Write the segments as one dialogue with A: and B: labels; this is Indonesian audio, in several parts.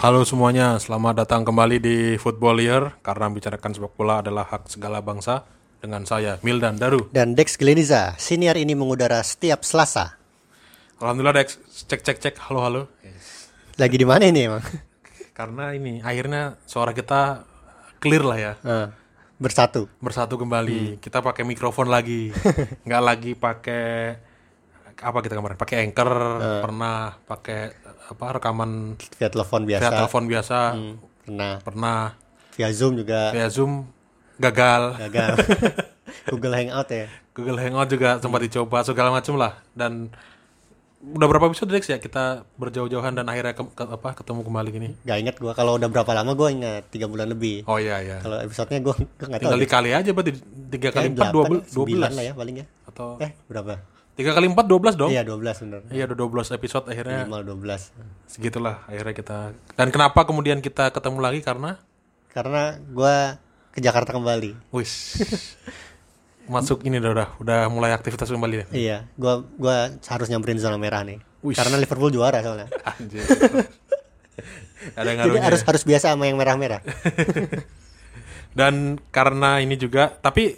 A: Halo semuanya, selamat datang kembali di Football Year. Karena membicarakan sepak bola adalah hak segala bangsa. Dengan saya, Mildan Daru.
B: Dan Dex Gleniza, siniar ini mengudara setiap Selasa.
A: Alhamdulillah Dex, cek, halo.
B: Lagi di mana ini emang?
A: Karena ini, akhirnya suara kita clear lah ya.
B: Bersatu.
A: Bersatu kembali, kita pakai mikrofon lagi. Nggak lagi pakai, apa kita kemarin? Pakai Anchor, pernah pakai rekaman
B: Via telepon biasa.
A: via telepon biasa,
B: Pernah.
A: via
B: Via Zoom juga
A: Zoom gagal.
B: Google Hangout ya.
A: Google Hangout juga sempat dicoba segala macam lah. Dan udah berapa episode Dex ya kita berjauh-jauhan dan akhirnya ketemu kembali gini.
B: Gak ingat gue, kalau udah berapa lama gue ingat, 3 bulan lebih.
A: Oh iya.
B: Kalau episodenya gue gak tahu.
A: Tinggal dikali aja berarti 3 kali 4
B: 9
A: 12
B: lah ya paling ya.
A: atau
B: Berapa?
A: 3 kali 4 12 dong.
B: Iya 12 bener.
A: Iya udah 12 episode akhirnya.
B: Minimal 12.
A: Segitulah akhirnya kita. Dan kenapa kemudian kita ketemu lagi karena
B: gue ke Jakarta kembali.
A: wis masuk ini udah mulai aktivitas kembali ya.
B: Iya, gue harus nyamperin zona merah nih.
A: Wih.
B: Karena Liverpool juara soalnya.
A: Anjir. Ada
B: Jadi
A: ngaruhnya.
B: harus biasa sama yang merah-merah.
A: Dan karena ini juga, tapi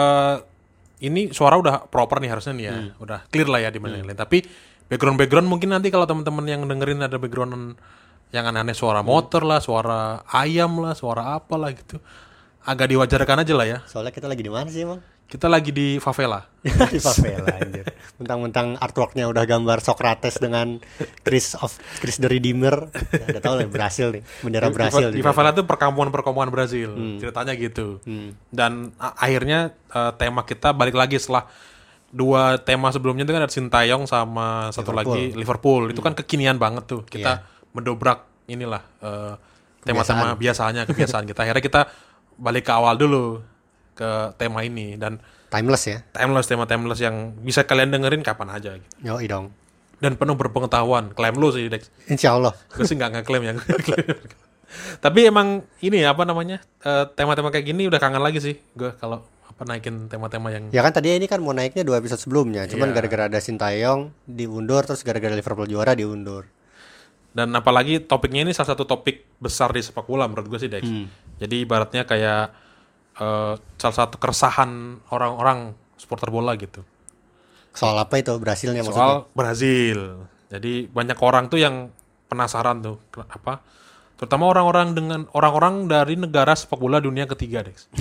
A: ini suara udah proper nih harusnya nih ya, udah clear lah ya di mana lain. Tapi background mungkin nanti kalau teman-teman yang dengerin ada background yang aneh-aneh, suara motor lah, suara ayam lah, suara apa lah gitu, agak diwajarkan aja lah ya.
B: Soalnya kita lagi di mana sih emang?
A: Kita lagi di favela.
B: Di favela anjir. Mentang-mentang artworknya udah gambar Socrates dengan Chris the Redeemer. Ya, udah tau lah Brasil nih, bendera Brasil.
A: Di favela itu perkampungan Brazil, ceritanya gitu. Dan akhirnya tema kita balik lagi setelah 2 tema sebelumnya itu kan ada Sintayong sama satu lagi Liverpool. Itu kan kekinian banget tuh. Kita mendobrak inilah tema-tema kebiasaan kita. Akhirnya kita balik ke awal dulu ke tema ini dan
B: Timeless ya.
A: tema timeless yang bisa kalian dengerin kapan aja gitu.
B: Yoi dong.
A: Dan penuh berpengetahuan. Klaim lu sih Dex.
B: Insya Allah.
A: Gue sih nggak ngeklaim ya. Tapi emang ini apa namanya, tema-tema kayak gini udah kangen lagi sih gue kalau naikin tema-tema yang
B: Ya kan tadi ini kan mau naiknya 2 episode sebelumnya. Cuman
A: Iya.
B: gara-gara ada Sintayong diundur, terus gara-gara Liverpool juara diundur.
A: dan apalagi topiknya ini salah satu topik besar di sepak bola menurut gue sih Dex. Jadi ibaratnya kayak salah satu keresahan orang-orang supporter bola gitu.
B: Soal apa itu? Brasilnya maksudnya?
A: Soal Brazil. Jadi banyak orang tuh yang penasaran tuh apa? Terutama orang-orang dari negara sepak bola dunia ketiga, Dex.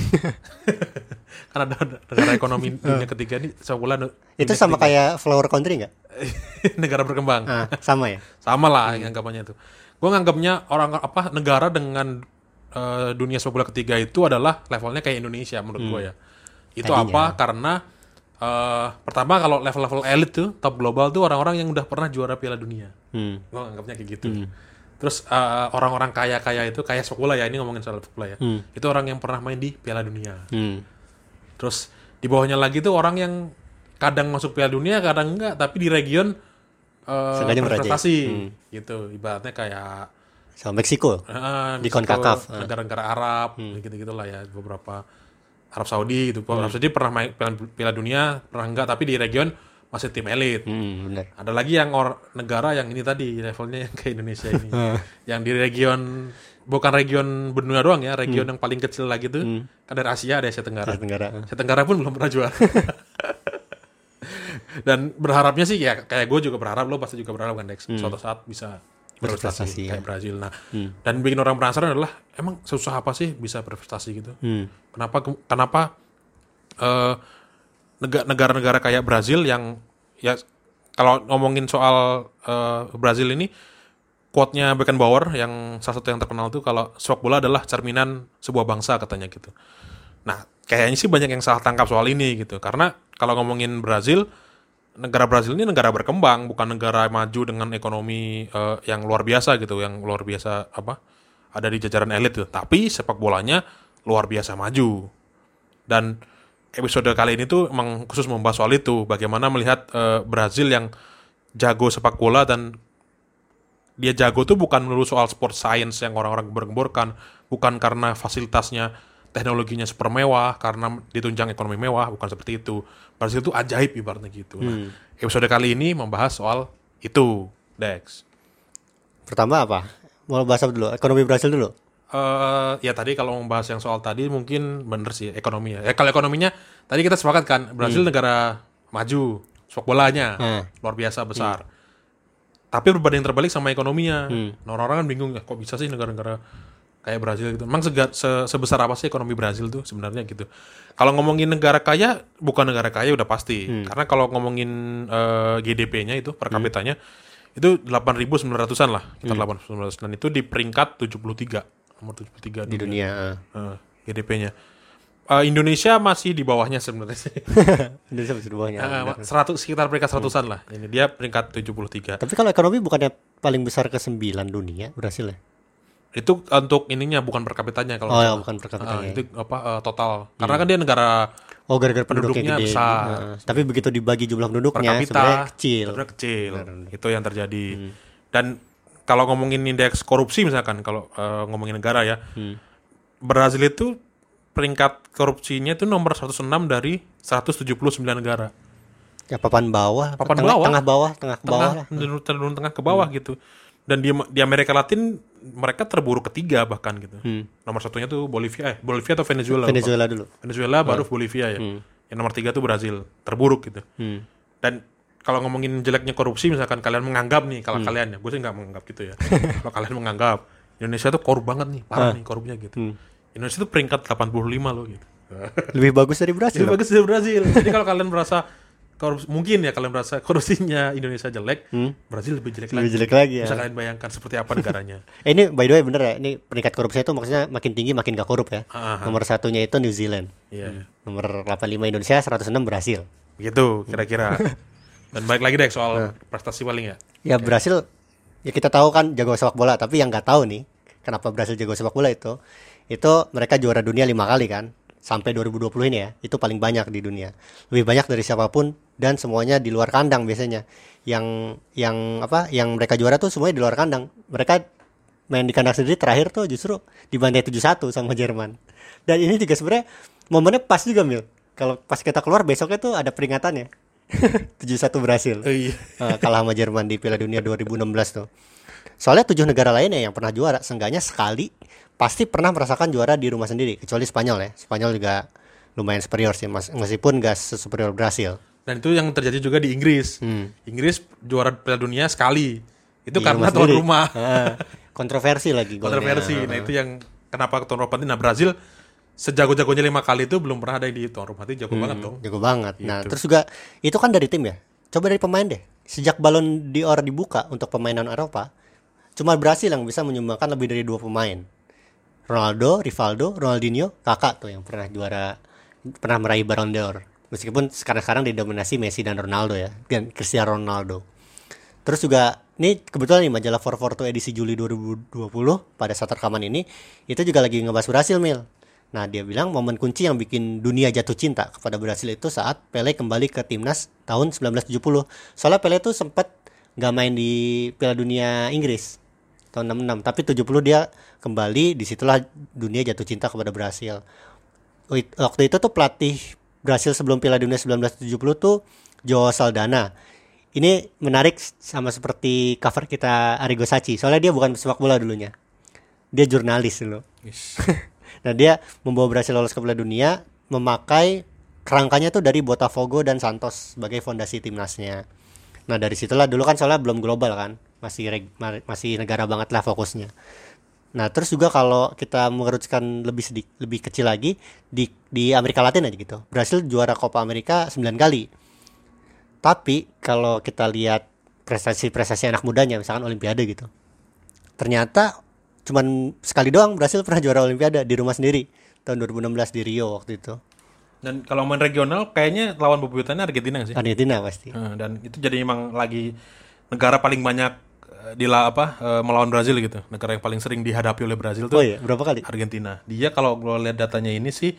A: Kan ada negara ekonomi dunia ketiga nih sepak bola.
B: Itu sama kayak flower country nggak?
A: Negara berkembang.
B: Sama ya?
A: Sama lah anggapannya itu. Gue nganggapnya negara dengan dunia sepak bola ketiga itu adalah levelnya kayak Indonesia menurut gue ya. Itu
B: Tadinya.
A: apa? Karena pertama kalau level-level elit tuh top global tuh orang-orang yang udah pernah juara Piala Dunia. Gue nganggapnya kayak gitu. Terus orang-orang kaya itu kayak sepak bola ya, ini ngomongin soal sepak bola ya. Itu orang yang pernah main di Piala Dunia. Terus di bawahnya lagi tuh orang yang kadang masuk Piala Dunia, kadang enggak, tapi di region
B: Sengaja
A: berprestasi gitu. Ibaratnya kayak
B: Sama Meksiko. Di CONCACAF.
A: negara-negara Arab gitu-gitulah ya, beberapa Arab Saudi gitu. Arab Saudi pernah main Piala Dunia, pernah enggak, tapi di region masih tim elit.
B: Bener.
A: Ada lagi yang negara yang ini tadi levelnya yang kayak Indonesia ini. Yang di region, bukan region benua doang ya, region yang paling kecil lagi tuh kan dari Asia, ada Asia Tenggara. Asia Tenggara pun belum pernah juara. Dan berharapnya sih ya kayak gue juga berharap, lo pasti juga berharap kan Dex, suatu saat bisa berprestasi kayak Brazil. Nah, dan bikin orang penasaran adalah emang susah apa sih bisa berprestasi gitu? Kenapa negara-negara kayak Brazil yang ya kalau ngomongin soal Brazil ini, quote-nya Beckenbauer yang salah satu yang terkenal tuh kalau sepak bola adalah cerminan sebuah bangsa katanya gitu. Nah, kayaknya sih banyak yang salah tangkap soal ini gitu. Karena kalau ngomongin Brazil, negara Brazil ini negara berkembang, bukan negara maju dengan ekonomi yang luar biasa gitu, yang luar biasa ada di jajaran elit gitu. Tapi sepak bolanya luar biasa maju. Dan episode kali ini tuh emang khusus membahas soal itu, bagaimana melihat Brazil yang jago sepak bola, dan dia jago tuh bukan melulu soal sport science yang orang-orang gembar-gemborkan, bukan karena fasilitasnya teknologinya super mewah, karena ditunjang ekonomi mewah, bukan seperti itu. Brazil itu ajaib ibaratnya gitu. Nah, episode kali ini membahas soal itu, Dex.
B: Pertama apa? Mau bahas apa dulu? Ekonomi Brasil dulu.
A: Ya tadi kalau membahas yang soal tadi mungkin bener sih ekonomi ya. Kalau ekonominya tadi kita sepakat kan Brasil negara maju, sepak bolanya luar biasa besar. Tapi berbanding terbalik sama ekonominya. Nah, orang-orang kan bingung ya kok bisa sih negara-negara kayak Brasil gitu. Emang sebesar apa sih ekonomi Brasil tuh sebenarnya gitu. Kalau ngomongin negara kaya, bukan negara kaya udah pasti. Karena kalau ngomongin GDP-nya itu per kapitanya itu 8.900-an lah, sekitar 8.900 dan itu di peringkat 73, nomor 73
B: Di dunia.
A: GDP-nya. Indonesia masih di bawahnya sebenarnya sih.
B: Indonesia masih di bawahnya.
A: 100 sekitar peringkat 100-an lah. Ini dia peringkat 73.
B: Tapi kalau ekonomi bukannya paling besar ke-9 dunia Brasil ya?
A: Itu untuk ininya bukan per kapitanya kalau
B: Oh ya,
A: nggak
B: bukan per kapitanya.
A: salah. Itu total. Karena kan dia negara
B: Oh, gara-gara
A: penduduknya
B: gede.
A: besar.
B: Tapi begitu dibagi jumlah
A: per
B: penduduknya
A: kapita
B: sebenarnya kecil.
A: sebenarnya kecil. Itu yang terjadi. Dan kalau ngomongin indeks korupsi misalkan kalau ngomongin negara ya. Brazil itu peringkat korupsinya itu nomor 106 dari 179 negara.
B: Ya papan bawah,
A: Papan
B: tengah,
A: bawah.
B: tengah bawah, tengah ke bawah lah.
A: Cenderung tengah ke bawah gitu. Dan di Amerika Latin mereka terburuk ketiga bahkan gitu. Nomor satunya tuh Bolivia atau Venezuela.
B: Venezuela dulu.
A: Venezuela baru Bolivia ya. Yang nomor 3 tuh Brazil, terburuk gitu. Dan kalau ngomongin jeleknya korupsi misalkan kalian menganggap nih, kalau kalian ya, gue sih nggak menganggap gitu ya. Kalau kalian menganggap Indonesia tuh korup banget nih, parah nih korupnya gitu. Indonesia tuh peringkat 85 loh gitu.
B: Lebih bagus dari Brasil.
A: Lebih bagus dari Brazil. Jadi kalau kalian merasa mungkin ya kalian merasa korupsinya Indonesia jelek, Brazil lebih jelek
B: Lebih
A: lagi.
B: jelek lagi ya.
A: Bisa kalian bayangkan seperti apa negaranya.
B: Ini by the way bener ya, ini peringkat korupsi itu maksudnya makin tinggi makin gak korup ya. Nomor satunya itu New Zealand.
A: Iya.
B: Nomor 85 Indonesia, 106 Brasil.
A: Gitu kira-kira. Dan balik lagi deh soal prestasi paling ya.
B: Ya Brasil, ya kita tahu kan jago sepak bola, tapi yang nggak tahu nih kenapa Brasil jago sepak bola itu mereka juara dunia 5 kali kan, sampai 2020 ini ya, itu paling banyak di dunia, lebih banyak dari siapapun dan semuanya di luar kandang biasanya. Yang mereka juara tuh semuanya di luar kandang. Mereka main di kandang sendiri terakhir tuh justru dibantai 7-1 sama Jerman. Dan ini juga sebenarnya momennya pas juga Mil. Kalau pas kita keluar besoknya tuh ada peringatannya. 7-1 Brasil.
A: Oh, iya.
B: Kalah sama Jerman di Piala Dunia 2016 tuh. Soalnya 7 negara lainnya yang pernah juara, seenggaknya sekali pasti pernah merasakan juara di rumah sendiri, kecuali Spanyol ya. Spanyol juga lumayan superior sih, meskipun gak superior Brasil.
A: Dan itu yang terjadi juga di Inggris. Inggris juara Piala Dunia sekali. Itu
B: Di
A: karena
B: rumah
A: tuan
B: sendiri.
A: rumah.
B: Kontroversi lagi golnya.
A: Kontroversi. Nah itu yang kenapa tuan rumah penting. Nah Brazil sejago-jagonya 5 kali itu belum pernah ada yang di tuan rumah, itu jago banget dong.
B: Jago banget. Nah, terus juga itu kan dari tim ya. Coba dari pemain deh. Sejak Ballon d'Or dibuka untuk pemain non-Eropa, cuma Brasil yang bisa menyumbangkan lebih dari 2 pemain. Ronaldo, Rivaldo, Ronaldinho, Kakak tuh yang pernah meraih Ballon d'Or. Meskipun sekarang didominasi Messi dan Ronaldo ya, dan Cristiano Ronaldo. Terus juga ini kebetulan nih majalah 442 edisi Juli 2020 pada saat rekaman ini itu juga lagi ngebahas Brasil, Mil. Nah, dia bilang momen kunci yang bikin dunia jatuh cinta kepada Brasil itu saat Pelé kembali ke timnas tahun 1970. Soalnya Pelé tuh sempat nggak main di Piala Dunia Inggris tahun 66, tapi 70 dia kembali, disitulah dunia jatuh cinta kepada Brasil. Waktu itu tuh pelatih Brasil sebelum Piala Dunia 1970 tuh João Saldanha. Ini menarik sama seperti cover kita Arrigo Sacchi. Soalnya dia bukan sepak bola dulunya. Dia jurnalis dulu. Nah, dia membawa Brasil lolos ke Piala Dunia memakai kerangkanya tuh dari Botafogo dan Santos sebagai fondasi timnasnya. Nah, dari situlah dulu kan soalnya belum global kan. Masih negara banget lah fokusnya. Nah, terus juga kalau kita mengerucutkan lebih kecil lagi di Amerika Latin aja gitu. Brasil juara Copa America 9 kali. Tapi kalau kita lihat prestasi anak mudanya, misalkan Olimpiade gitu, ternyata cuman sekali doang Brasil pernah juara Olimpiade di rumah sendiri tahun 2016 di Rio waktu itu.
A: Dan kalau main regional kayaknya lawan bebuyutannya Argentina nggak sih?
B: Argentina pasti.
A: Dan itu jadi emang lagi negara paling banyak melawan Brazil gitu. Negara yang paling sering dihadapi oleh Brazil tuh.
B: Oh iya, berapa kali?
A: Argentina. Dia kalau gue lihat datanya ini sih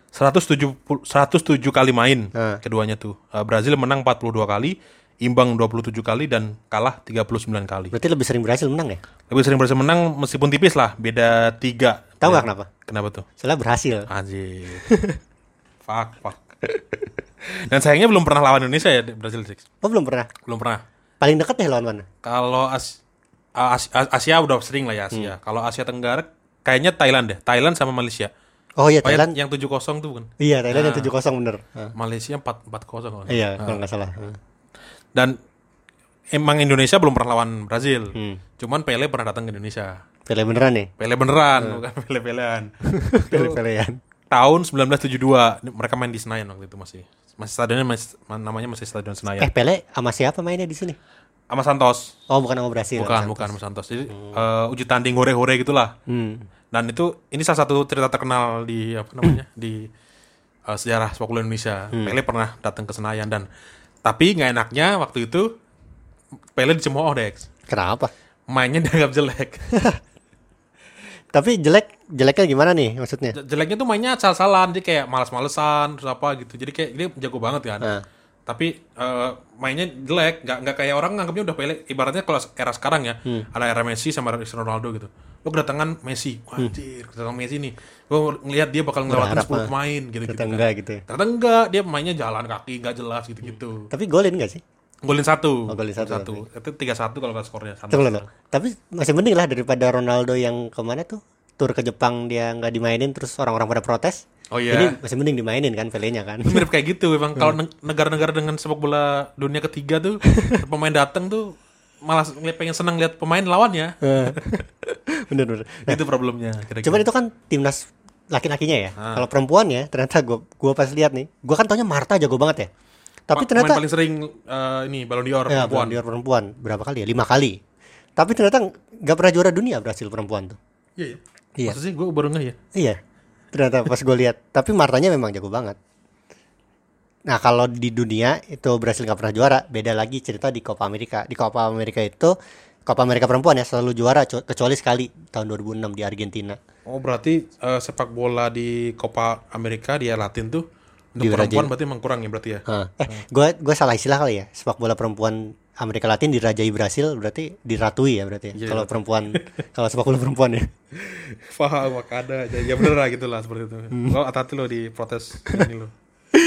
A: 107 kali main keduanya tuh. Brazil menang 42 kali, imbang 27 kali dan kalah 39 kali.
B: Berarti lebih sering Brasil menang ya?
A: Lebih sering Brazil menang meskipun tipis lah, beda 3.
B: Tahu nggak kenapa?
A: Kenapa tuh?
B: Soalnya berhasil.
A: Anjir. Fuck. Dan sayangnya belum pernah lawan Indonesia ya Brazil 6.
B: Oh, belum pernah.
A: Belum pernah.
B: Paling dekat deh lawan mana?
A: Kalau Asia udah sering lah ya Asia. Kalau Asia Tenggara kayaknya Thailand deh. Thailand sama Malaysia.
B: Oh iya,
A: Oh,
B: Thailand.
A: yang 7-0 tuh bukan?
B: Iya, Thailand yang 7-0 bener.
A: Malaysia 4-0 kalau nggak
B: Iya,
A: salah.
B: kalau nggak salah.
A: Dan emang Indonesia belum pernah lawan Brazil.
B: Hmm.
A: Cuman Pele pernah datang ke Indonesia.
B: Pele beneran nih.
A: Pele beneran, bukan Pele-pelean.
B: Pele-pelean.
A: Tahun 1972 mereka main di Senayan waktu itu masih stadionnya namanya masih Stadion Senayan.
B: Pele sama siapa mainnya di sini?
A: Sama Santos.
B: Oh, bukan sama Brasil.
A: Bukan sama Santos. Jadi uji tanding hore-hore gitulah. Dan ini salah satu cerita terkenal di apa namanya? di sejarah sepak bola Indonesia. Pele pernah datang ke Senayan tapi nggak enaknya waktu itu Pele dicemooh Dex.
B: Kenapa?
A: Mainnya dianggap jelek.
B: Tapi jeleknya gimana nih maksudnya?
A: Jeleknya tuh mainnya asal-asalan, dia kayak malas-malesan terus apa gitu. Jadi kayak dia jago banget kan. Tapi mainnya jelek, nggak kayak orang nganggapnya udah Pele. Ibaratnya kalau era sekarang ya, ada era Messi sama Cristiano Ronaldo gitu. Lo kedatangan Messi, wah anjir, kedatangan Messi nih. Gue ngelihat dia bakal ngelewatin 10 pemain gitu-gitu.
B: Ternyata enggak gitu ya.
A: Ternyata enggak, dia mainnya jalan kaki, nggak jelas gitu-gitu.
B: Tapi golin nggak sih?
A: Golin 1.
B: Golin satu.
A: Itu 3-1 kalau nggak skornya.
B: Tunggu. Tapi masih mending lah daripada Ronaldo yang kemana tuh? Tur ke Jepang dia nggak dimainin terus orang-orang pada protes.
A: Oh iya.
B: Ini masih mending dimainin kan Pelenya kan.
A: Itu mirip kayak gitu memang. Kalau negara-negara dengan sepak bola dunia ketiga tuh pemain datang tuh malah pengen senang lihat pemain lawannya.
B: Bener.
A: Itu problemnya kira-kira.
B: Cuman itu kan timnas laki-lakinya ya. Kalau perempuan ya ternyata gua pas lihat nih, gua kan taunya Marta jago banget ya. Tapi ternyata
A: paling sering ini Ballon d'Or
B: ya,
A: perempuan.
B: Ballon d'Or perempuan berapa kali ya? 5 kali. Tapi ternyata nggak pernah juara dunia Brasil perempuan tuh.
A: Iya.
B: Iya.
A: Maksudnya gue baru ngeh ya.
B: Iya. Ternyata pas gue lihat, tapi Martanya memang jago banget. Nah, kalau di dunia itu Brasil nggak pernah juara. Beda lagi cerita di Copa America. Di Copa America itu Copa America perempuan ya selalu juara kecuali sekali tahun 2006 di Argentina.
A: Oh, berarti sepak bola di Copa America di Latin tuh untuk
B: Dirajai.
A: perempuan berarti emang kurang ya berarti ya.
B: Gue salah istilah kali ya. Sepak bola perempuan Amerika Latin dirajai Brasil berarti diratui ya berarti.
A: Iya.
B: Kalau perempuan kalau sepak bola perempuan ya.
A: Paham ada ya bener lah gitu lah seperti itu. Lo hati-hati lo di protes ini lo.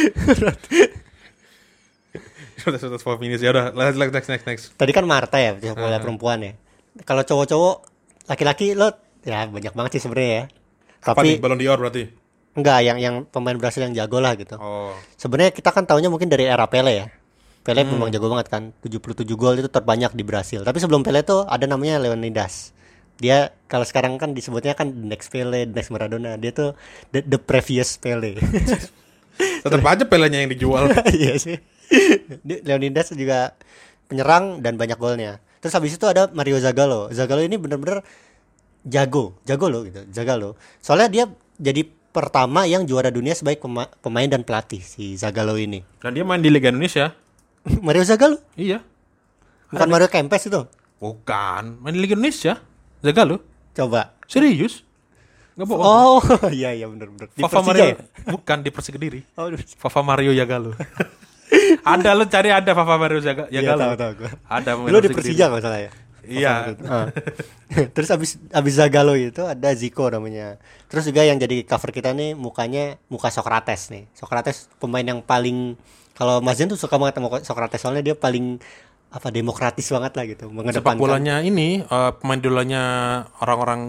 A: Protes feminis ya udah next.
B: Tadi kan Marta ya sepak bola perempuan ya. Kalau cowok-cowok laki-laki lo ya banyak banget sih sebenarnya ya.
A: Apa
B: Tapi
A: nih Ballon d'Or berarti?
B: enggak yang pemain Brasil yang jago lah gitu.
A: Oh.
B: Sebenarnya kita kan taunya mungkin dari era Pele ya. Pele memang jago banget kan. 77 gol itu terbanyak di Brasil. Tapi sebelum Pele tuh ada namanya Leonidas. Dia kalau sekarang kan disebutnya kan the next Pele, the next Maradona. Dia tuh the previous Pele.
A: Tetap aja Pelenya yang dijual.
B: Iya sih. Leonidas juga penyerang dan banyak golnya. Terus habis itu ada Mario Zagallo. Zagallo ini benar-benar jago loh gitu. Zagallo. Soalnya dia jadi pertama yang juara dunia sebagai pemain dan pelatih si Zagallo ini.
A: Dan dia main di Liga Indonesia.
B: Mario Zagallo?
A: Iya.
B: Bukan Mario Kempes itu?
A: Bukan, main di Liga Indonesia. Jaga lu.
B: Coba.
A: Serius? Enggak bohong.
B: Oh, iya benar. Di
A: Fafa
B: Persija
A: Mario.
B: ya?
A: Bukan di Persik Kediri.
B: Oh,
A: Fafa Mario Jagalo. Ada lu cari ada Fafa Mario Jagalo.
B: iya, tahu gua.
A: Ada
B: Dulu di Persija enggak salah ya?
A: Iya.
B: Terus abis Zagallo itu ada Zico namanya. Terus juga yang jadi cover kita nih muka Socrates nih. Socrates pemain yang paling kalau Mas Zen tuh suka banget sama Socrates soalnya dia paling demokratis banget lah gitu,
A: Sepak
B: mengedepankan
A: bolanya ini pemain idolanya orang-orang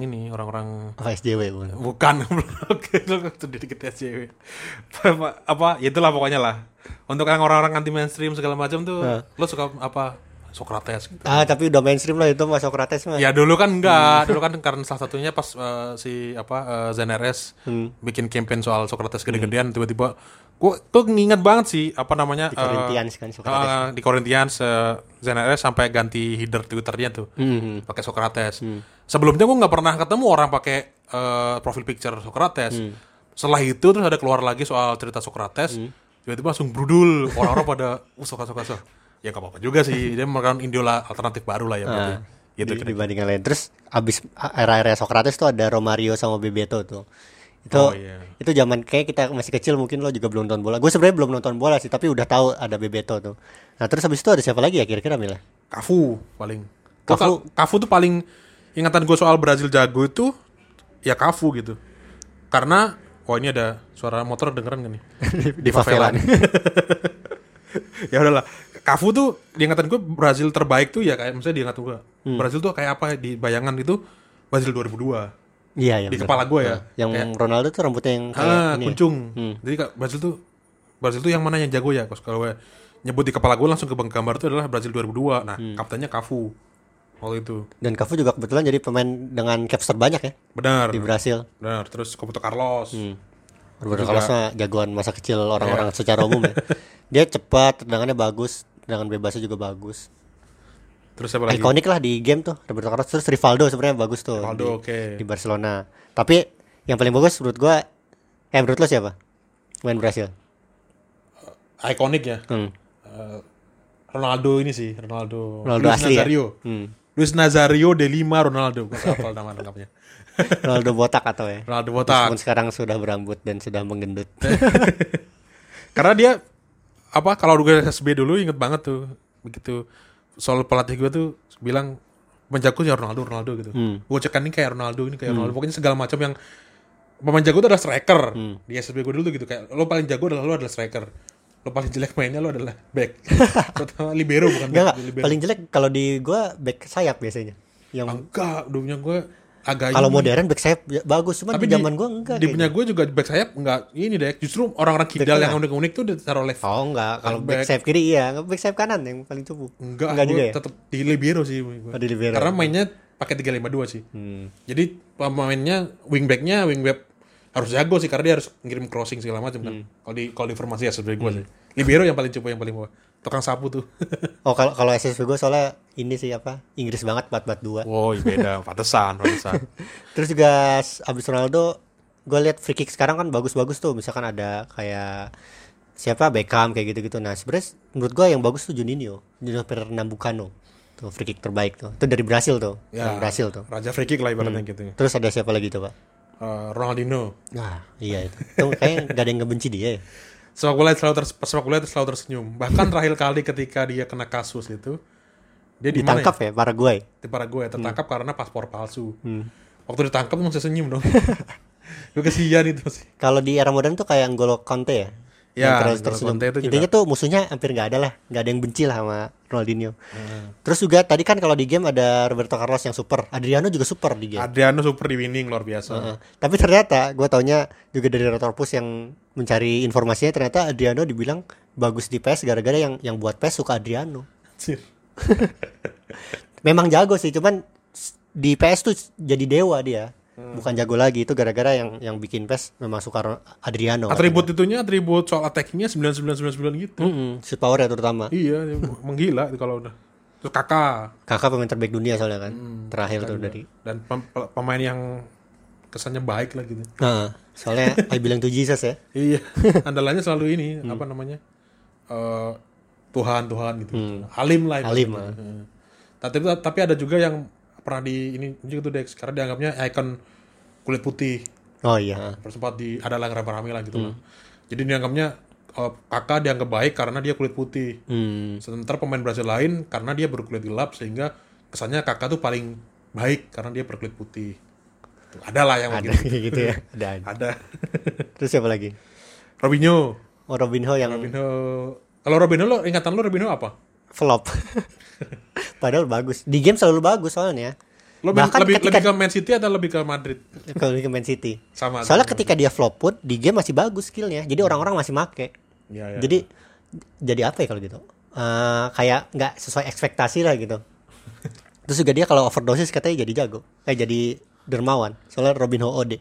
B: SJW
A: bukan itu dikit SJW. Apa ya itulah pokoknya lah. Untuk yang orang-orang anti mainstream segala macam tuh lo suka apa Socrates gitu.
B: Tapi udah mainstream lah itu Mas Socrates mah.
A: Ya dulu kan enggak, dulu kan karena salah satunya pas ZNRS bikin campaign soal Socrates gede-gedean tiba-tiba gua nginget banget sih apa namanya
B: Di Corinthians kan Socrates.
A: di Corinthians ZNRS sampai ganti header Twitternya tuh pakai Socrates. Sebelumnya gua nggak pernah ketemu orang pakai profile picture Socrates. Setelah itu terus ada keluar lagi soal cerita Socrates, tiba-tiba langsung brudul orang-orang pada Socrates. Ya gak apa-apa juga sih, dia merupakan idola alternatif baru lah ya berarti. Gitu
B: dibandingkan lain. Terus abis era-era Socrates tuh ada Romario sama Bebeto tuh. Itu zaman kayak kita masih kecil mungkin lo juga belum nonton bola. Gue sebenarnya belum nonton bola sih, tapi udah tahu ada Bebeto tuh. Nah terus abis itu ada siapa lagi ya kira-kira Mila?
A: Cafu paling.
B: Cafu.
A: Cafu tuh paling ingatan gue soal Brazil jago itu ya Cafu gitu. Karena ini ada suara motor dengeran gak nih? Di favela. Ya udahlah. Cafu tuh diingatan gue Brazil terbaik tuh ya kayak misalnya diingatan gue Brazil tuh kayak apa di bayangan itu Brazil 2002
B: Iya,
A: di kepala gue ya.
B: Yang kayak, Ronaldo tuh rambutnya yang kayak ini
A: kuncung. Jadi Brazil tuh yang mana yang jago ya? Kalau gue nyebut di kepala gue langsung ke gambar itu adalah Brazil 2002. Nah, kaptennya Cafu waktu itu.
B: Dan Cafu juga kebetulan jadi pemain dengan caps terbanyak ya.
A: Benar.
B: Di Brasil.
A: Benar. Terus Roberto Carlos.
B: Roberto Carlos mah jagoan masa kecil orang-orang secara umum ya. Dia cepat, tendangannya bagus, tendangan bebasnya juga bagus.
A: Terus siapa lagi?
B: Ikonik lah di game tuh Roberto Carlos. Terus Rivaldo sebenarnya bagus tuh.
A: Rivaldo
B: di Barcelona. Tapi yang paling bagus menurut gua menurut lo siapa? Main Brasil.
A: Ikonik ya. Ronaldo ini sih, Ronaldo
B: Luis asli
A: Nazario.
B: Ya?
A: Luis Nazario de Lima Ronaldo. Gua hafal nama lengkapnya.
B: Ronaldo botak atau ya?
A: Ronaldo botak.
B: Meskipun sekarang sudah berambut dan sudah menggendut.
A: Karena dia kalau gue SB dulu inget banget tuh begitu soal pelatih gue tuh bilang menjago ya Ronaldo gitu. Gue cek ini kayak Ronaldo ini kayak Ronaldo. Pokoknya segala macam yang pemain jago itu adalah striker. Di SB gue dulu tuh gitu kayak lo paling jago adalah striker. Lo paling jelek mainnya lo adalah back. Terutama libero bukan
B: enggak,
A: libero.
B: Paling jelek kalau di gue back sayap biasanya. Yang
A: enggak, dulunya gue agak
B: kalau modern back sayap bagus, cuman
A: tapi
B: di zaman gue enggak.
A: Di punya gue juga back sayap enggak ini deh. Justru orang-orang kidal yang unik-unik tuh ditaruh left.
B: Oh enggak, kalau back sayap kiri iya, back sayap kanan yang paling cupu.
A: Enggak
B: juga ya.
A: Tetap di libero sih gue.
B: Di libero.
A: Karena mainnya pakai 352 sih. Jadi pemainnya wingbacknya harus jago sih karena dia harus ngirim crossing segala macam kan. Kalau di formasi ya sebenarnya gue sih. Libero yang paling cupu yang paling bawah. Tukang sapu tuh.
B: Oh kalau SSV gue soalnya ini sih Inggris banget 4-4-2.
A: Oh beda, pantesan.
B: Terus juga abis Ronaldo gue lihat free kick sekarang kan bagus-bagus tuh. Misalkan ada kayak siapa Beckham kayak gitu-gitu. Nah sebenarnya menurut gue yang bagus tuh Juninho Pernambucano. Tuh free kick terbaik tuh. Itu dari Brasil tuh.
A: Ya,
B: Brasil tuh.
A: Raja free kick lah ibaratnya gitu.
B: Terus ada siapa lagi tuh Pak?
A: Ronaldinho.
B: Nah iya itu. Tuh kayaknya gak ada yang ngebenci dia ya.
A: Sepak bola selalu tersenyum. Bahkan terakhir kali ketika dia kena kasus itu, dia
B: ditangkap ya Paraguay.
A: Di Paraguay tertangkap karena paspor palsu. Waktu ditangkap masih senyum dong. Gue kesian itu sih.
B: Kalau di era modern tuh kayak N'Golo Kante ya.
A: Ya,
B: tersenyum. Intinya tuh musuhnya hampir nggak ada lah, nggak ada yang benci lah sama Ronaldinho. Terus juga tadi kan kalau di game ada Roberto Carlos yang super, Adriano juga super di game.
A: Adriano super di winning luar biasa.
B: Tapi ternyata gue taunya juga dari Retropus yang mencari informasinya ternyata Adriano dibilang bagus di PES gara-gara yang buat PES suka Adriano. Memang jago sih, cuman di PES tuh jadi dewa dia. Bukan jago lagi, itu gara-gara yang bikin PES memang suka Adriano.
A: Atribut soal attackingnya 9999 gitu.
B: Shoot power ya terutama.
A: Iya, menggila kalau udah. Terus Kakak
B: pemain terbaik dunia soalnya kan. Terakhir tuh dari.
A: Dan pemain yang kesannya baik lah gitu.
B: Nah, soalnya I bilang to Jesus ya.
A: Iya, andalannya selalu ini apa namanya? Tuhan gitu. Alim lah.
B: Alim.
A: Tapi ada juga yang pernah di ini juga tuh Dex karena dianggapnya ikon kulit putih.
B: Oh iya.
A: Sempat ada lah rame lah gitu lah. Jadi dianggapnya Kakak dianggap baik karena dia kulit putih. Sementara pemain Brasil lain karena dia berkulit gelap sehingga kesannya Kakak tuh paling baik karena dia berkulit putih. Tuh, ada lah yang
B: gitu ya.
A: Ada.
B: Terus siapa lagi?
A: Robinho.
B: Oh Robinho yang
A: Kalau Robinho lo ingatan lo Robinho apa?
B: Flop. Padahal bagus. Di game selalu bagus soalnya.
A: Lo lebih ke Man City atau lebih ke Madrid?
B: Lebih ke Man City.
A: Sama.
B: Soalnya ketika dia flop pun di game masih bagus skillnya. Jadi orang-orang masih make.
A: Ya.
B: Jadi jadi apa ya kalau gitu? Kayak nggak sesuai ekspektasi lah gitu. Terus juga dia kalau overdosis katanya jadi jago. Jadi dermawan. Soalnya Robin Hood.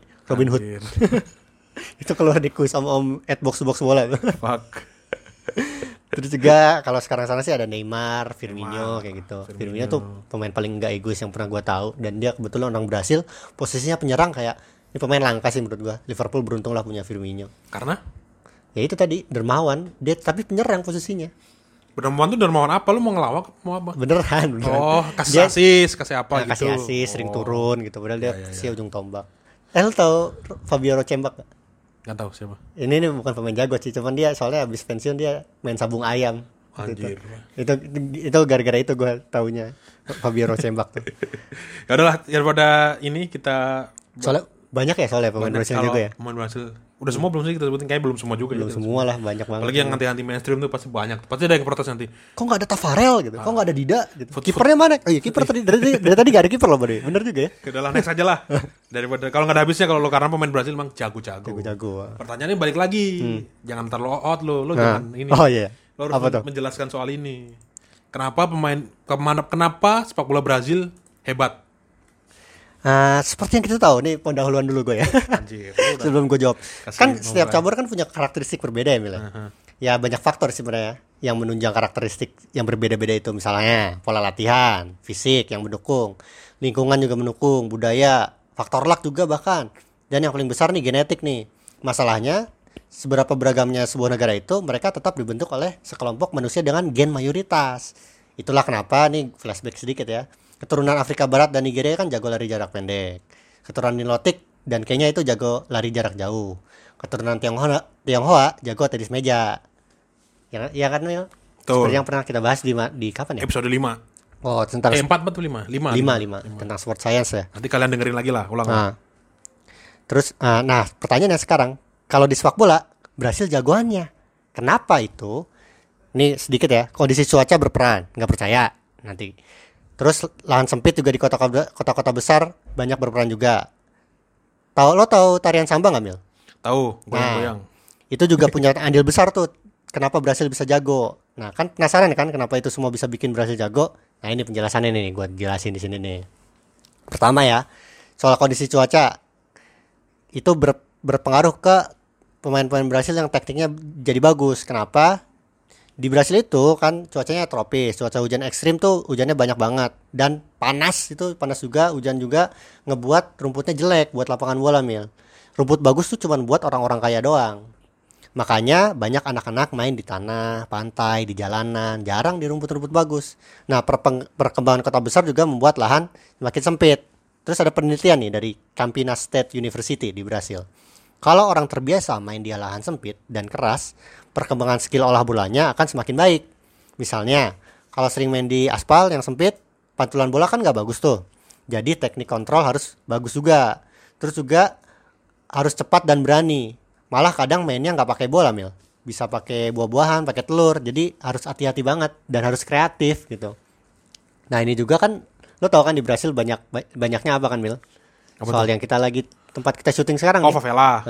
B: Itu keluar di kuis om box bola.
A: Fuck.
B: Terus juga kalau sekarang sana sih ada Neymar, Firmino kayak gitu. Firmino tuh pemain paling enggak egois yang pernah gue tahu dan dia kebetulan orang Brasil, posisinya penyerang kayak ini pemain langka sih menurut gue. Liverpool beruntung lah punya Firmino.
A: Karena
B: ya itu tadi dermawan, dia tapi penyerang posisinya.
A: Dermawan tuh dermawan apa? Lu mau ngelawak mau apa?
B: Beneran.
A: Oh, kasih asis, kasih apa gitu.
B: Kasih asis, sering turun gitu. Padahal dia kasih ujung tombak. Lu tahu Fabio Rocembak gak?
A: Gak tahu siapa.
B: Ini bukan pemain jago sih, cuman dia soalnya habis pensiun dia main sabung ayam.
A: Anjir.
B: Itu gara-gara itu gue taunya Fabio Rocembak tuh.
A: Ya udahlah, daripada ini kita
B: soalnya banyak ya pemain Brasil juga ya.
A: Pemain Brasil Udah semua belum sih kita sebutin, kayaknya belum semua juga.
B: Belum
A: ya,
B: semua lah, banyak banget.
A: Apalagi yang anti mainstream tuh pasti banyak. Pasti ada yang protes nanti.
B: Kok nggak ada Tafarel gitu? Kok nggak ada Dida? Gitu. Kipernya mana? Oh iya, kiper tadi dari tadi nggak ada kiper loh, Bade. Bener juga ya.
A: Udahlah next aja lah. Daripada kalau nggak ada habisnya kalau lo, karena pemain Brazil emang jago-jago.
B: Jago-jago.
A: Pertanyaannya balik lagi. Jangan terlalu out lo jangan ini.
B: Oh iya.
A: Lo harus menjelaskan soal ini. Kenapa kenapa sepak bola Brazil hebat?
B: Seperti yang kita tahu nih, pendahuluan dulu gue ya.
A: Anjir,
B: sebelum gue jawab. Kan setiap
A: mulai.
B: cabur kan punya karakteristik berbeda ya, Mil. Ya banyak faktor sebenarnya yang menunjang karakteristik yang berbeda-beda itu. Misalnya pola latihan, fisik yang mendukung, lingkungan juga mendukung, budaya, faktor luck juga bahkan. Dan yang paling besar nih genetik nih. Masalahnya seberapa beragamnya sebuah negara itu, mereka tetap dibentuk oleh sekelompok manusia dengan gen mayoritas. Itulah kenapa nih, flashback sedikit ya. Keturunan Afrika Barat dan Nigeria kan jago lari jarak pendek. Keturunan Nilotik dan Kenya itu jago lari jarak jauh. Keturunan Tionghoa jago tenis meja. Ya kan, Mil? Seperti yang pernah kita bahas di kapan ya?
A: Episode 5.
B: Oh, tentang
A: 4 atau 5? 5.
B: Tentang sport science ya.
A: Nanti kalian dengerin lagi lah, ulang.
B: Terus pertanyaannya sekarang, kalau di sepak bola Brasil jagoannya. Kenapa itu? Ini sedikit ya, kondisi cuaca berperan. Nggak percaya nanti. Terus lahan sempit juga di kota-kota besar banyak berperan juga. Lo tahu tarian samba nggak, Mil?
A: Tahu, goyang-goyang.
B: Itu juga punya andil besar tuh. Kenapa Brasil bisa jago? Nah, kan penasaran kan kenapa itu semua bisa bikin Brasil jago? Nah, ini penjelasannya nih, gue jelasin di sini nih. Pertama ya, soal kondisi cuaca itu berpengaruh ke pemain-pemain Brasil yang tekniknya jadi bagus. Kenapa? Di Brasil itu kan cuacanya tropis, cuaca hujan ekstrim tuh hujannya banyak banget, dan panas juga, hujan juga ngebuat rumputnya jelek buat lapangan bola, Mil. Rumput bagus tuh cuman buat orang-orang kaya doang. Makanya banyak anak-anak main di tanah, pantai, di jalanan, jarang di rumput-rumput bagus. Nah, perkembangan kota besar juga membuat lahan semakin sempit. Terus ada penelitian nih dari Campinas State University di Brasil. Kalau orang terbiasa main di lahan sempit dan keras, perkembangan skill olah bolanya akan semakin baik. Misalnya, kalau sering main di aspal yang sempit, pantulan bola kan gak bagus tuh. Jadi teknik kontrol harus bagus juga. Terus juga harus cepat dan berani. Malah kadang mainnya gak pakai bola, Mil. Bisa pakai buah-buahan, pakai telur. Jadi harus hati-hati banget dan harus kreatif gitu. Nah, ini juga kan, lo tau kan di Brasil banyaknya apa kan, Mil? Soal yang kita lagi tempat kita syuting sekarang nih.
A: Favela.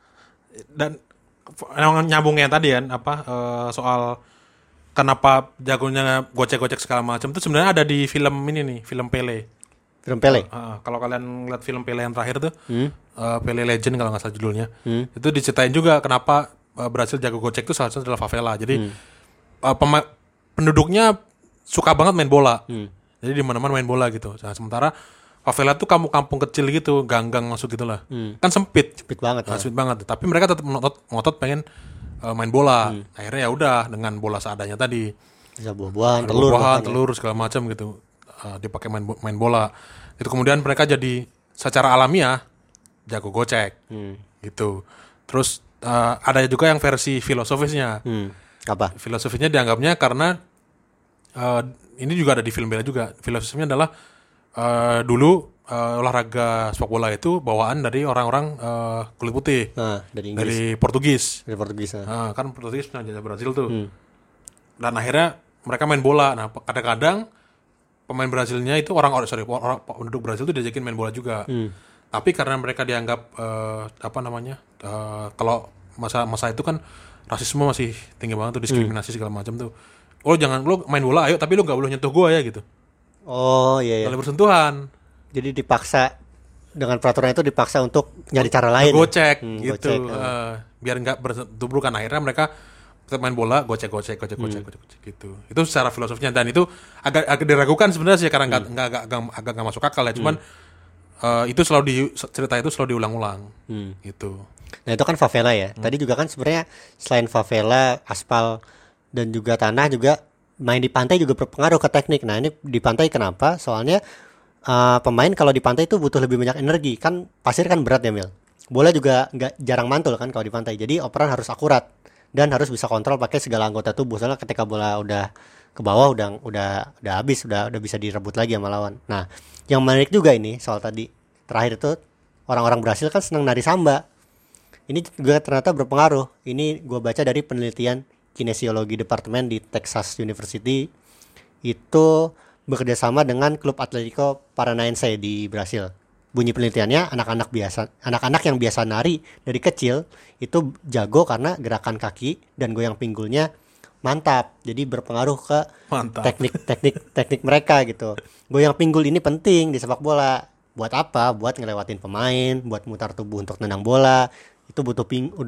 A: Dan nyambungnya tadi kan soal kenapa jagonya gocek-gocek segala macam itu sebenarnya ada di film ini nih, film Pele.
B: Film Pele.
A: Kalau kalian lihat film Pele yang terakhir tuh, Pele Legend kalau nggak salah judulnya, itu diceritain juga kenapa Brasil jago gocek itu salah satu adalah favela. Jadi penduduknya suka banget main bola. Jadi di mana-mana main bola gitu. Nah, sementara favela tuh kampung kecil gitu, gang-gang masuk gitulah. Kan sempit
B: banget.
A: Sempit banget. Tapi mereka tetap ngotot pengen main bola. Akhirnya ya udah dengan bola seadanya tadi.
B: Bisa buah-buahan,
A: telur segala macam gitu. Dipakai main bola. Itu kemudian mereka jadi secara alamiah jago gocek. Gitu. Terus ada juga yang versi filosofisnya.
B: Apa?
A: Filosofisnya dianggapnya karena ini juga ada di film Bella juga. Filosofisnya adalah dulu olahraga sepak bola itu bawaan dari orang-orang kulit putih, dari Portugis. Kan Portugis pernah jajah Brazil tuh. Dan akhirnya mereka main bola. Nah, kadang-kadang pemain Brazilnya itu orang penduduk Brazil itu diajakin main bola juga. Tapi karena mereka dianggap kalau masa itu kan rasisme masih tinggi banget tuh, diskriminasi segala macam tuh. Lo main bola ayo, tapi lo nggak boleh nyentuh gue ya gitu.
B: Oh iya.
A: Kalau bersentuhan.
B: Jadi dipaksa, dengan peraturan itu dipaksa untuk nyari cara lain.
A: Gocek gitu. Biar nggak bertuburkan. Akhirnya mereka tetap main bola, gocek gitu. Itu secara filosofisnya, dan itu agak diragukan sebenarnya sih karena agak masuk akal ya. Cuman itu cerita itu selalu diulang-ulang gitu.
B: Nah, itu kan favela ya. Tadi juga kan sebenarnya selain favela, aspal dan juga tanah, juga main di pantai juga berpengaruh ke teknik. Nah, ini di pantai kenapa? Soalnya pemain kalau di pantai itu butuh lebih banyak energi. Kan pasir kan berat ya, Mil. Bola juga jarang mantul kan kalau di pantai. Jadi operan harus akurat dan harus bisa kontrol pakai segala anggota tubuh. Soalnya ketika bola udah ke bawah udah habis, udah bisa direbut lagi sama lawan. Nah, yang menarik juga ini soal tadi terakhir itu, orang-orang Brasil kan senang nari samba. Ini juga ternyata berpengaruh. Ini gue baca dari penelitian kinesiologi departemen di Texas University. Itu bekerja sama dengan klub Atletico Paranaense di Brasil. Bunyi penelitiannya, anak-anak yang biasa nari dari kecil itu jago karena gerakan kaki dan goyang pinggulnya mantap. Jadi berpengaruh ke
A: Mantap.
B: teknik mereka gitu. Goyang pinggul ini penting di sepak bola. Buat apa? Buat ngelewatin pemain, buat mutar tubuh untuk nendang bola. Itu butuh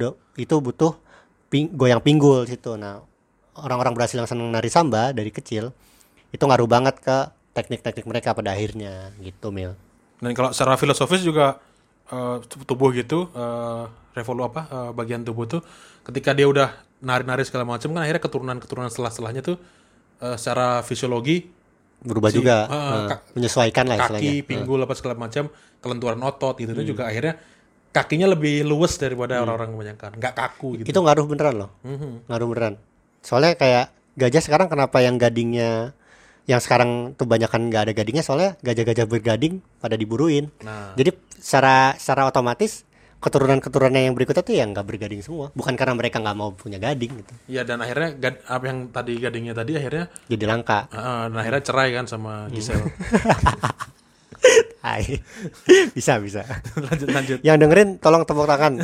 B: goyang pinggul situ. Nah, orang-orang Brasil yang senang nari samba dari kecil itu ngaruh banget ke teknik-teknik mereka pada akhirnya gitu, Mil.
A: Dan kalau secara filosofis juga tubuh gitu, bagian tubuh tuh ketika dia udah nari-nari segala macam kan akhirnya keturunan setelahnya tuh secara fisiologi
B: Berubah juga, menyesuaikan lah
A: kaki,
B: istilahnya.
A: pinggul apa segala macam, kelenturan otot gitu itu juga akhirnya kakinya lebih luwes daripada orang-orang kebanyakan, nggak kaku gitu.
B: Itu ngaruh beneran loh. Ngaruh beneran. Soalnya kayak gajah sekarang kenapa yang gadingnya yang sekarang tuh banyakan nggak ada gadingnya, soalnya gajah-gajah bergading pada diburuin.
A: Nah,
B: Jadi secara otomatis keturunan yang berikutnya tuh yang nggak bergading semua. Bukan karena mereka nggak mau punya gading gitu.
A: ya dan akhirnya apa yang tadi gadingnya tadi akhirnya
B: Jadi langka.
A: dan akhirnya cerai kan sama Giselle.
B: Hai. Bisa.
A: lanjut.
B: Yang dengerin tolong tepuk tangan.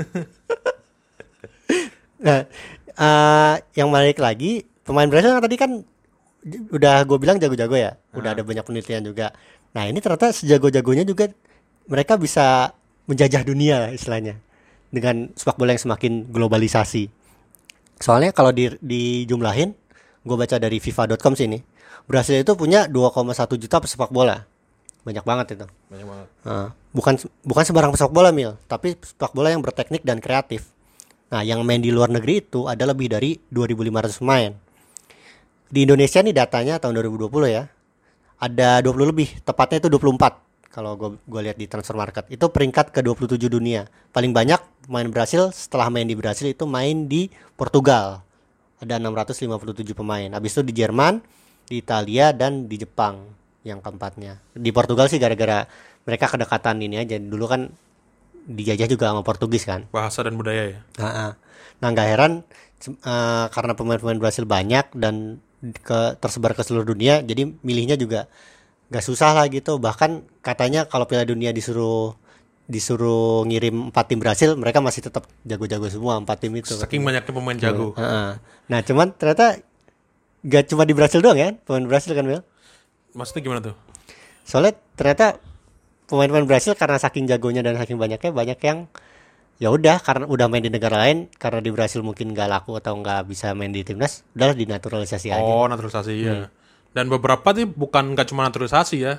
B: Nah, yang balik lagi pemain Brazil tadi kan udah gue bilang jago-jago ya. Udah ada banyak penelitian juga. Nah, ini ternyata sejago-jagonya juga mereka bisa menjajah dunia istilahnya dengan sepak bola yang semakin globalisasi. Soalnya kalau dijumlahin, gue baca dari FIFA.com sini, Brasil itu punya 2,1 juta pesepak bola. Banyak banget itu.
A: Banyak banget.
B: Nah, bukan sembarang pesepak bola, Mil, tapi sepak bola yang berteknik dan kreatif. Nah, yang main di luar negeri itu ada lebih dari 2.500 pemain. Di Indonesia nih datanya tahun 2020 ya, ada 20 lebih, tepatnya itu 24. Kalau gue lihat di transfer market, itu peringkat ke-27 dunia. Paling banyak pemain Brasil setelah main di Brasil itu main di Portugal. Ada 657 pemain. Habis itu di Jerman, di Italia, dan di Jepang yang keempatnya. Di Portugal sih gara-gara mereka kedekatan ini aja. Dulu kan dijajah juga sama Portugis kan.
A: Bahasa dan budaya ya.
B: Nah, nggak heran karena pemain-pemain Brasil banyak dan tersebar ke seluruh dunia, jadi milihnya juga nggak susah lah gitu. Bahkan katanya kalau Piala Dunia disuruh ngirim 4 tim Brasil, mereka masih tetap jago-jago semua 4 tim itu.
A: Saking banyaknya pemain jago.
B: Nah, cuman ternyata nggak cuma di Brasil doang ya pemain Brasil kan, Mel?
A: Maksudnya gimana tuh?
B: Soalnya ternyata pemain-pemain Brasil karena saking jagonya dan saking banyaknya, banyak yang ya udah karena udah main di negara lain, karena di Brasil mungkin nggak laku atau nggak bisa main di timnas, udahlah dinaturalisasi aja.
A: Oh, naturalisasi ya. Dan beberapa tuh nggak cuma naturalisasi ya.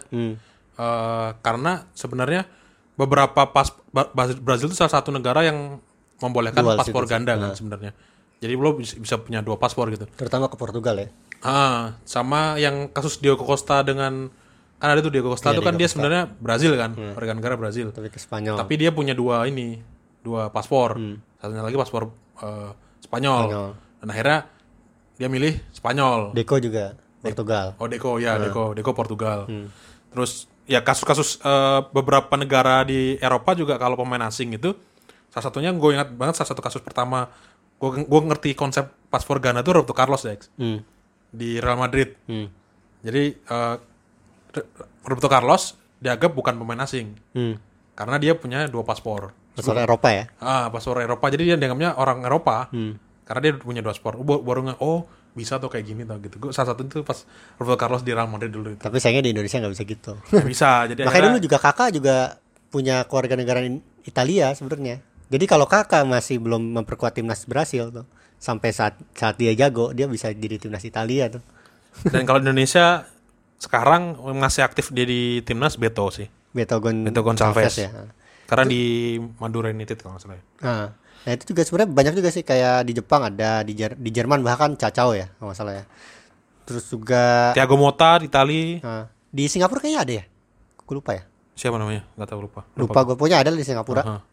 A: Karena sebenarnya beberapa Brazil itu salah satu negara yang membolehkan
B: Dual
A: paspor
B: citizen.
A: ganda kan sebenarnya. Jadi lo bisa punya 2 paspor gitu.
B: Terutama ke Portugal ya.
A: Sama yang kasus Diogo Costa dengan kan ada tuh Diogo Costa itu kan dia sebenarnya Brazil kan, warga negara Brazil.
B: Tapi ke Spanyol.
A: Tapi dia punya 2 paspor. Satunya lagi paspor Spanyol. Dan akhirnya dia milih Spanyol.
B: Deco juga Portugal.
A: Oh, Deco Portugal. Terus ya kasus-kasus beberapa negara di Eropa juga kalau pemain asing itu, salah satunya gue ingat banget, salah satu kasus pertama gue ngerti konsep paspor Ghana itu Roberto Carlos Dex di Real Madrid. Jadi Roberto Carlos dianggap bukan pemain asing karena dia punya 2 paspor.
B: Paspor Eropa ya.
A: Paspor Eropa. Jadi dia dianggapnya orang Eropa karena dia punya 2 paspor. Baru bisa tuh kayak gini tuh gitu. Gue salah satu itu pas Roberto Carlos di Real Madrid dulu itu.
B: Tapi sayangnya di Indonesia nggak bisa gitu.
A: Nggak bisa. Jadi
B: Makanya dulu juga kakak juga punya keluarga negara Italia sebenarnya. Jadi kalau kakak masih belum memperkuat timnas Brasil tuh, sampai saat dia jago, dia bisa jadi timnas Italia tuh.
A: Dan kalau Indonesia sekarang masih aktif dia di timnas Beto sih.
B: Beto
A: Gonçalves
B: ya.
A: Karena di Madura United kalau nggak salah.
B: Nah itu juga sebenarnya banyak juga sih, kayak di Jepang ada, di Jerman bahkan Cacao ya kalau nggak salah ya. Terus juga
A: Thiago Motta di Itali.
B: Di Singapura kayaknya ada ya. Gue lupa ya.
A: Siapa namanya? Nggak tahu, lupa.
B: Gue punya ada di Singapura.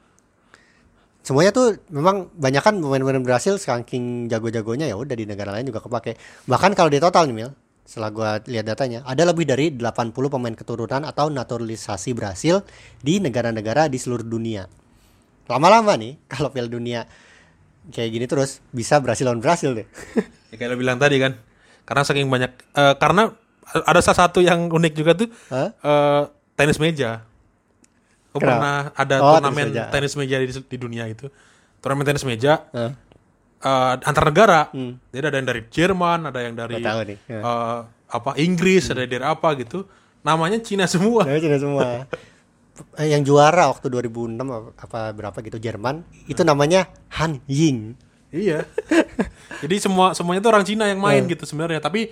B: Semuanya tuh memang banyakan pemain-pemain Brasil saking jago-jagonya ya udah di negara lain juga kepake. Bahkan kalau di total nih, Mil, setelah gue lihat datanya, ada lebih dari 80 pemain keturunan atau naturalisasi Brasil di negara-negara di seluruh dunia. lama-lama nih kalau Piala Dunia kayak gini terus bisa Brasil lawan Brasil deh.
A: Ya, kayak lo bilang tadi kan, karena saking banyak, karena ada salah satu yang unik juga tuh,
B: Hah?
A: tenis meja. Gue
B: Kenapa?
A: pernah ada
B: Oh,
A: turnamen tenis meja di dunia itu, turnamen tenis meja
B: Hah?
A: antar negara. Jadi ada yang dari Jerman, ada yang dari
B: Gak tahu nih. Ya.
A: Inggris, ada dari apa gitu. Namanya Cina semua.
B: Nah, Cina semua. Yang juara waktu 2006 apa berapa gitu Jerman itu namanya Han Ying.
A: Iya. Jadi semuanya tuh orang Cina yang main gitu sebenarnya. Tapi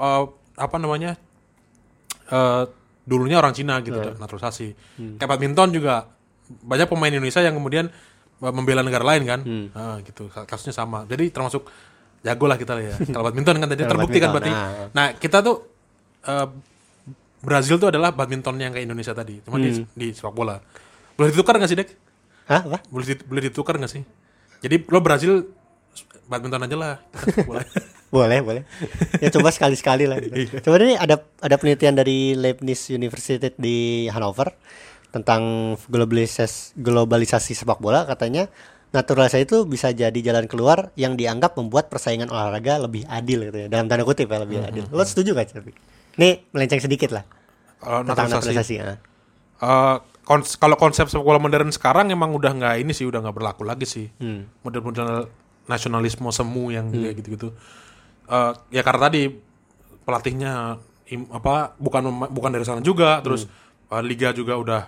A: dulunya orang Cina gitu, naturalisasi. Kayak badminton juga banyak pemain Indonesia yang kemudian membela negara lain kan. Nah, gitu. Kasusnya sama. Jadi termasuk jago lah kita ya. Kalau badminton kan tadi terbukti kan berarti. Nah, kita tuh Brazil tuh adalah badminton yang kayak Indonesia tadi. Cuma di sepak bola. Boleh ditukar nggak sih, Dek?
B: Hah? Apa?
A: Boleh ditukar nggak sih? Jadi lo Brazil badminton aja lah.
B: Boleh. Ya coba sekali-sekali lah. Gitu. Coba ini ada penelitian dari Leibniz University di Hannover tentang globalisasi sepak bola. Katanya naturalisasi itu bisa jadi jalan keluar yang dianggap membuat persaingan olahraga lebih adil gitu ya. Dalam tanda kutip ya, lebih adil. Lo setuju gak, Cervi? Ini melenceng sedikit lah tentang naturalisasi.
A: Kalau konsep sepak bola modern sekarang emang udah nggak ini sih, udah nggak berlaku lagi sih. Model-model nasionalisme semu yang kayak gitu-gitu. Ya karena tadi pelatihnya bukan dari sana juga, terus liga juga udah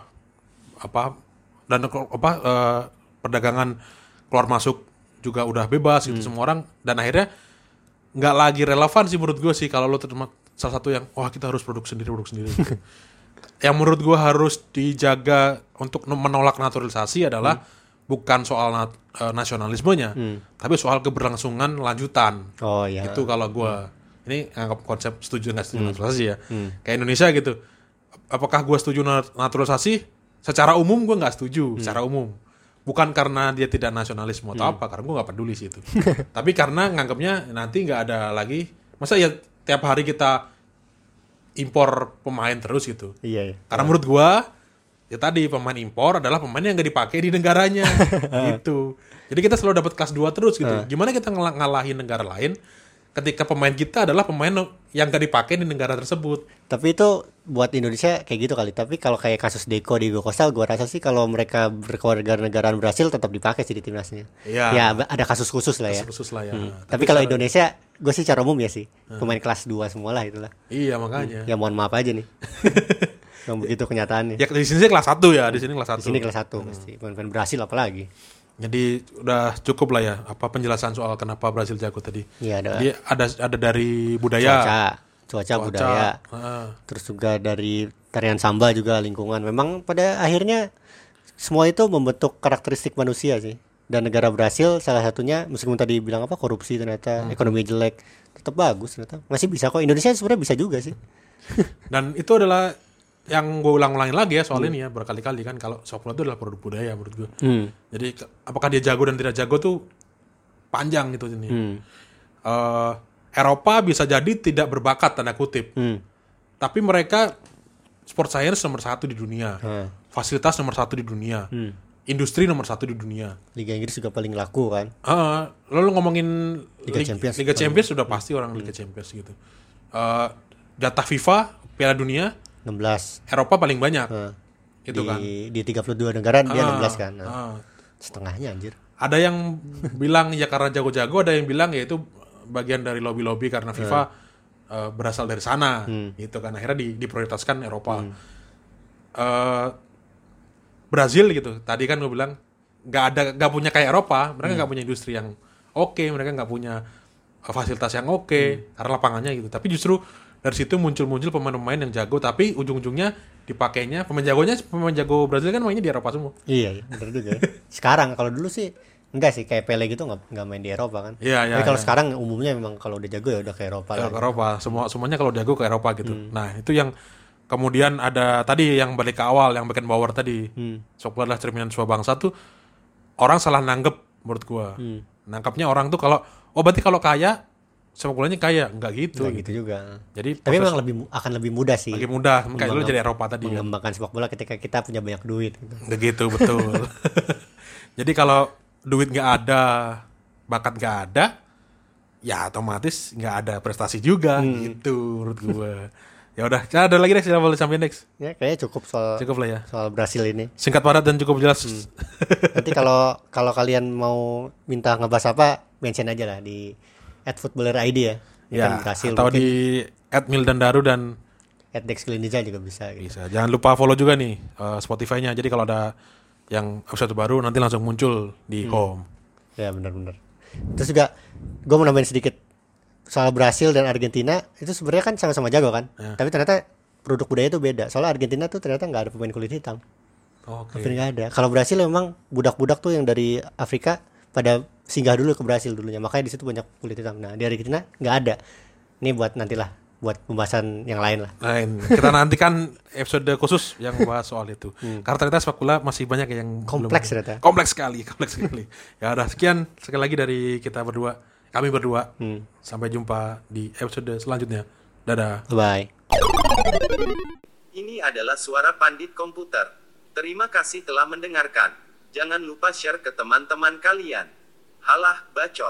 A: perdagangan keluar masuk juga udah bebas gitu semua orang, dan akhirnya nggak lagi relevan sih menurut gue sih kalau lo salah satu yang kita harus produk sendiri gitu. Yang menurut gue harus dijaga untuk menolak naturalisasi adalah bukan soal nasionalismenya, tapi soal keberlangsungan lanjutan.
B: Oh iya.
A: Itu kalau gue ini anggap konsep setuju nggak setuju naturalisasi ya. Kayak Indonesia gitu. Apakah gue setuju naturalisasi? Secara umum gue nggak setuju. Secara umum. Bukan karena dia tidak nasionalisme atau apa, karena gue nggak peduli sih itu. Tapi karena nganggapnya nanti nggak ada lagi. Masa ya tiap hari kita impor pemain terus gitu.
B: Iya.
A: Karena menurut gue ya tadi pemain impor adalah pemain yang nggak dipakai di negaranya gitu. Jadi kita selalu dapat kelas 2 terus gitu. Gimana kita ngalahin negara lain ketika pemain kita adalah pemain yang nggak dipakai di negara tersebut.
B: Tapi itu buat Indonesia kayak gitu kali. Tapi kalau kayak kasus Deco di Diego Costa, gue rasa sih kalau mereka berkewarganegaraan Brasil tetap dipakai sih di timnasnya.
A: Iya.
B: Ya ada kasus khusus lah ya.
A: Khusus lah ya.
B: Tapi kalau Indonesia, gue sih secara umum ya sih pemain kelas 2 semua lah itulah.
A: Iya makanya.
B: Ya mohon maaf aja nih. Yang begitu kenyataannya.
A: Ya di sini kelas 1 ya, di sini kelas 1.
B: Di sini kelas 1 pasti. Pemain Brasil apalagi.
A: Jadi udah cukup lah ya penjelasan soal kenapa Brasil jago tadi.
B: Iya ada.
A: Jadi ada dari budaya,
B: cuaca budaya. Terus juga dari tarian samba juga lingkungan. Memang pada akhirnya semua itu membentuk karakteristik manusia sih. Dan negara Brasil salah satunya meskipun tadi bilang korupsi ternyata ekonomi jelek tetap bagus ternyata. Masih bisa kok. Indonesia sebenarnya bisa juga sih.
A: Dan itu adalah yang gue ulang-ulangin lagi ya soal ini ya berkali-kali kan, kalau sepak bola itu adalah produk budaya menurut gue. Jadi apakah dia jago dan tidak jago tuh panjang gitu ini. Eropa bisa jadi tidak berbakat tanda kutip, tapi mereka sport science nomor 1 di dunia, fasilitas nomor 1 di dunia, industri nomor 1 di dunia.
B: Liga Inggris juga paling laku kan.
A: Lalu ngomongin Liga Champions sudah pasti orang Liga Champions gitu. Data FIFA Piala Dunia
B: 16.
A: Eropa paling banyak. Itu kan.
B: Di 32 negara dia 16 kan. Setengahnya anjir.
A: Ada yang bilang ya karena jago-jago, ada yang bilang ya itu bagian dari lobby-lobby karena FIFA berasal dari sana. Gitu kan. Akhirnya diprioritaskan Eropa. Brazil gitu. Tadi kan gue bilang nggak punya kayak Eropa, mereka nggak punya industri yang oke, mereka nggak punya fasilitas yang oke, karena lapangannya gitu. Tapi justru dari situ muncul pemain-pemain yang jago, tapi ujung-ujungnya dipakainya pemain jago Brazil kan mainnya di Eropa semua.
B: Iya, benar juga. Sekarang kalau dulu sih enggak sih, kayak Pele gitu nggak main di Eropa kan.
A: Iya.
B: Tapi kalau sekarang umumnya memang kalau udah jago ya udah ke Eropa lah.
A: Ke Eropa, semuanya kalau jago ke Eropa gitu. Nah itu yang kemudian ada tadi yang balik ke awal yang Beckenbauer tadi. Sepak bola adalah cerminan sebuah bangsa tuh orang salah nanggep menurut gua. Nangkapnya orang tuh kalau berarti kalau kaya sepak bolanya kaya, enggak gitu.
B: Enggak gitu juga.
A: Jadi
B: tapi memang akan lebih mudah sih.
A: Lebih mudah, kayak lu jadi Eropa tadi.
B: Mengembangkan sepak bola ketika kita punya banyak duit.
A: Begitu betul. Jadi kalau duit nggak ada, bakat nggak ada, ya otomatis nggak ada prestasi juga gitu menurut gue. Ya udah, ada lagi Dex, yang boleh sampein Dex.
B: Ya kayaknya cukup
A: Cukup lah ya.
B: soal Brasil ini.
A: Singkat padat dan cukup jelas.
B: Nanti kalau kalian mau minta ngebahas apa, mention aja lah di @footballerID ya. Ini
A: Ya,
B: kan Brasil,
A: atau
B: mungkin
A: di @mildandaru dan
B: @dexkliniza juga bisa gitu.
A: bisa. Jangan lupa follow juga nih Spotify-nya. Jadi kalau ada yang episode baru nanti langsung muncul di home.
B: Ya benar-benar. Terus juga gue mau nambahin sedikit soal Brasil dan Argentina, itu sebenarnya kan sama-sama jago kan.
A: Ya.
B: Tapi ternyata produk budaya itu beda. Soalnya Argentina tuh ternyata nggak ada pemain kulit hitam.
A: Oke.
B: Hampir nggak ada. Kalau Brasil memang budak-budak tuh yang dari Afrika pada singgah dulu ke Brasil dulunya. Makanya di situ banyak kulit hitam. Nah di Argentina nggak ada. Ini buat nantilah, buat pembahasan yang lain lah.
A: Lain. Kita nantikan episode khusus yang bahas soal itu. Karena ternyata sepak bola masih banyak yang
B: Kompleks
A: belum.
B: ternyata.
A: Kompleks sekali. Ya udah, sekian sekali lagi dari kita berdua. Kami berdua. Sampai jumpa di episode selanjutnya. Dadah.
B: Bye.
C: Ini adalah suara Pandit Komputer. Terima kasih telah mendengarkan. Jangan lupa share ke teman-teman kalian. Halah, bacot.